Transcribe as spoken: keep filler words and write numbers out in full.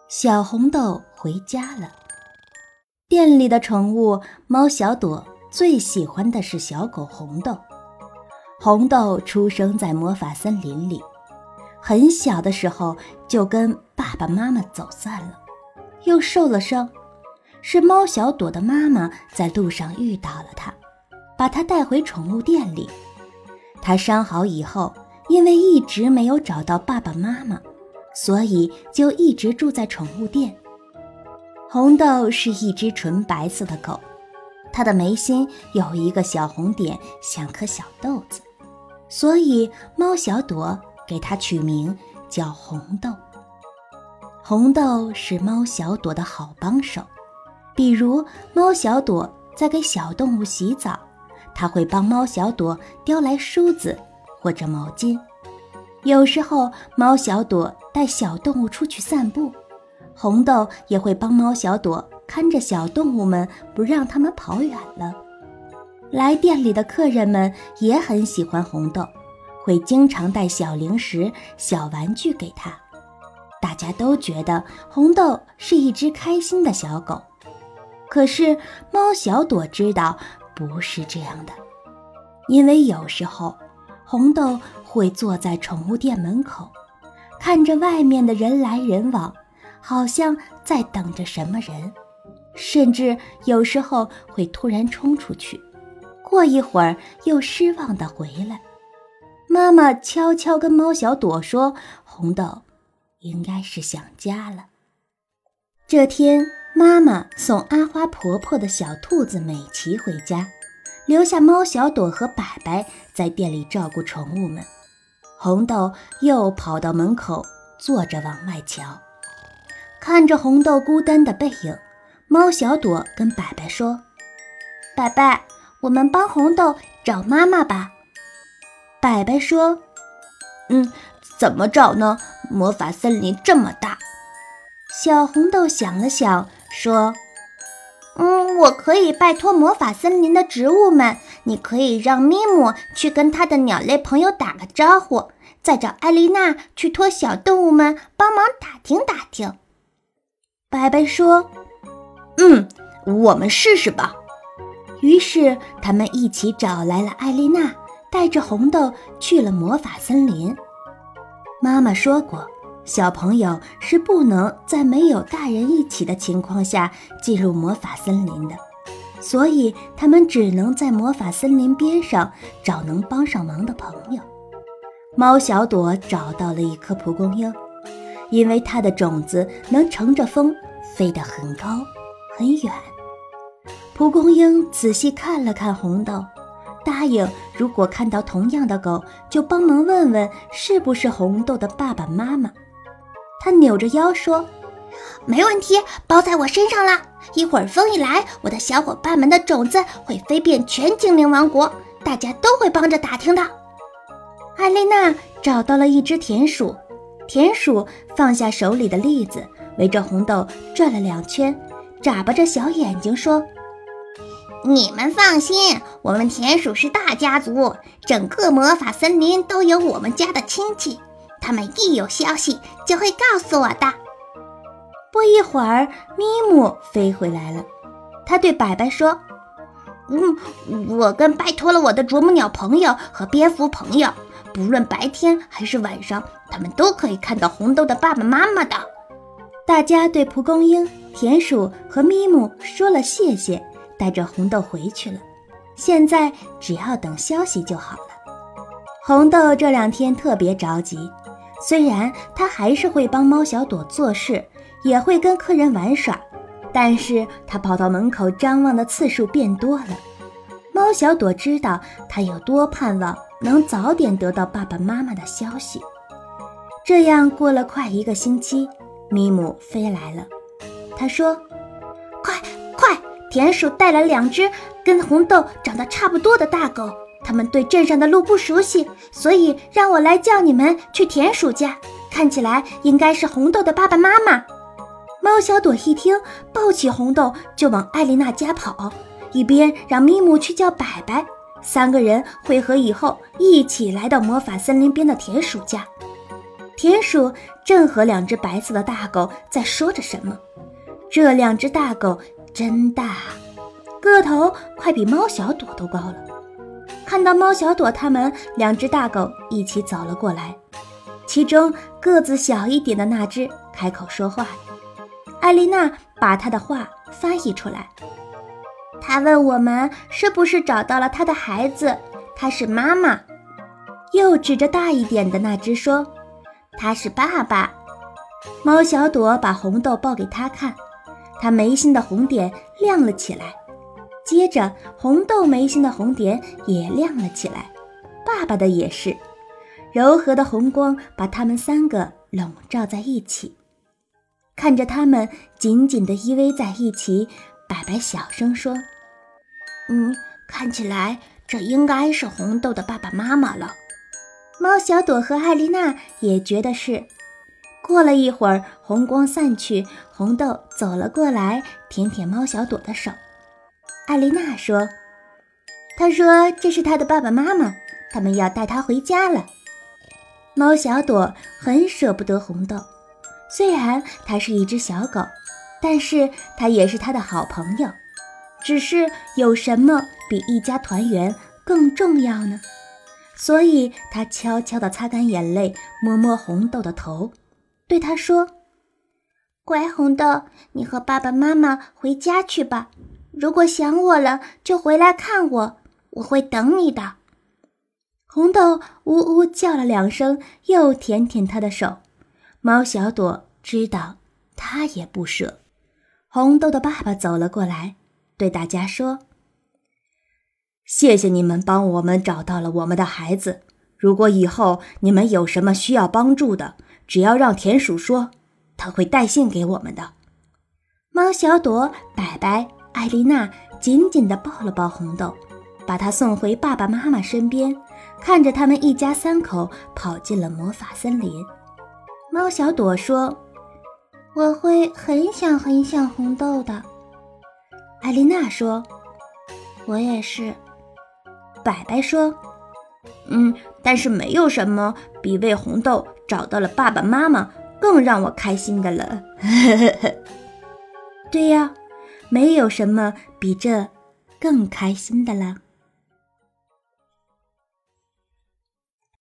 小红豆回家了。店里的宠物猫小朵最喜欢的是小狗红豆。红豆出生在魔法森林里，很小的时候就跟爸爸妈妈走散了，又受了伤。是猫小朵的妈妈在路上遇到了它，把它带回宠物店里。它伤好以后，因为一直没有找到爸爸妈妈，所以就一直住在宠物店。红豆是一只纯白色的狗，它的眉心有一个小红点，像颗小豆子，所以猫小朵给它取名叫红豆。红豆是猫小朵的好帮手，比如猫小朵在给小动物洗澡，它会帮猫小朵叼来梳子或者毛巾。有时候猫小朵带小动物出去散步，红豆也会帮猫小朵看着小动物们，不让它们跑远了。来店里的客人们也很喜欢红豆，会经常带小零食、小玩具给它。大家都觉得红豆是一只开心的小狗。可是猫小朵知道不是这样的，因为有时候红豆会坐在宠物店门口，看着外面的人来人往，好像在等着什么人，甚至有时候会突然冲出去，过一会儿又失望地回来。妈妈悄悄跟猫小朵说，红豆应该是想家了。这天，妈妈送阿花婆婆的小兔子美琪回家，留下猫小朵和白白在店里照顾宠物们。红豆又跑到门口坐着往外瞧，看着红豆孤单的背影，猫小朵跟白白说，白白，我们帮红豆找妈妈吧。白白说， 嗯，怎么找呢？魔法森林这么大。 小红豆想了想说， 嗯，我可以拜托魔法森林的植物们，你可以让咪姆去跟他的鸟类朋友打个招呼，再找艾丽娜去托小动物们帮忙打听打听。 白白说， 嗯，我们试试吧。 于是他们一起找来了艾丽娜，带着红豆去了魔法森林。妈妈说过，小朋友是不能在没有大人一起的情况下进入魔法森林的，所以他们只能在魔法森林边上找能帮上忙的朋友。猫小朵找到了一颗蒲公英，因为它的种子能乘着风飞得很高很远。蒲公英仔细看了看红豆，答应如果看到同样的狗，就帮忙问问是不是红豆的爸爸妈妈。他扭着腰说， 没问题，包在我身上了。一会儿风一来，我的小伙伴们的种子会飞遍全精灵王国，大家都会帮着打听的。 艾丽娜找到了一只田鼠，田鼠放下手里的栗子，围着红豆转了两圈，眨巴着小眼睛说， 你们放心，我们田鼠是大家族，整个魔法森林都有我们家的亲戚，他们一有消息就会告诉我的。 不一会儿，咪姆飞回来了，他对白白说， 嗯，我跟拜托了我的啄木鸟朋友和蝙蝠朋友，不论白天还是晚上，他们都可以看到红豆的爸爸妈妈的。 大家对蒲公英、田鼠和咪姆说了谢谢，带着红豆回去了。现在只要等消息就好了。红豆这两天特别着急，虽然他还是会帮猫小朵做事，也会跟客人玩耍，但是他跑到门口张望的次数变多了。猫小朵知道他有多盼望能早点得到爸爸妈妈的消息。这样过了快一个星期，咪姆飞来了。他说， 快快，田鼠带来两只跟红豆长得差不多的大狗，他们对镇上的路不熟悉，所以让我来叫你们去田鼠家，看起来应该是红豆的爸爸妈妈。 猫小朵一听，抱起红豆就往艾丽娜家跑，一边让咪姆去叫白白。三个人会合以后，一起来到魔法森林边的田鼠家。 田鼠正和两只白色的大狗在说着什么。这两只大狗真大，个头快比猫小朵都高了。看到猫小朵他们两只大狗一起走了过来，其中个子小一点的那只开口说话。艾丽娜把她的话翻译出来。她问我们是不是找到了她的孩子，她是妈妈。又指着大一点的那只说，他是爸爸。猫小朵把红豆抱给他看，他眉心的红点亮了起来，接着红豆眉心的红点也亮了起来，爸爸的也是。柔和的红光把他们三个笼罩在一起。看着他们紧紧地依偎在一起，白白小声说，嗯，看起来这应该是红豆的爸爸妈妈了。猫小朵和艾丽娜也觉得是。过了一会儿，红光散去，红豆走了过来，舔舔猫小朵的手。艾丽娜说，她说这是她的爸爸妈妈，他们要带她回家了。猫小朵很舍不得红豆，虽然它是一只小狗，但是它也是她的好朋友。只是有什么比一家团圆更重要呢？所以他悄悄地擦干眼泪，摸摸红豆的头，对他说，乖红豆，你和爸爸妈妈回家去吧，如果想我了就回来看我，我会等你的。红豆呜呜叫了两声，又舔舔他的手。猫小朵知道他也不舍。红豆的爸爸走了过来，对大家说，谢谢你们帮我们找到了我们的孩子，如果以后你们有什么需要帮助的，只要让田鼠说，他会带信给我们的。猫小朵、白白、艾丽娜紧紧地抱了抱红豆，把他送回爸爸妈妈身边，看着他们一家三口跑进了魔法森林。猫小朵说，我会很想很想红豆的。艾丽娜说，我也是。白白说，嗯，但是没有什么比为红豆找到了爸爸妈妈更让我开心的了。对呀，没有什么比这更开心的了。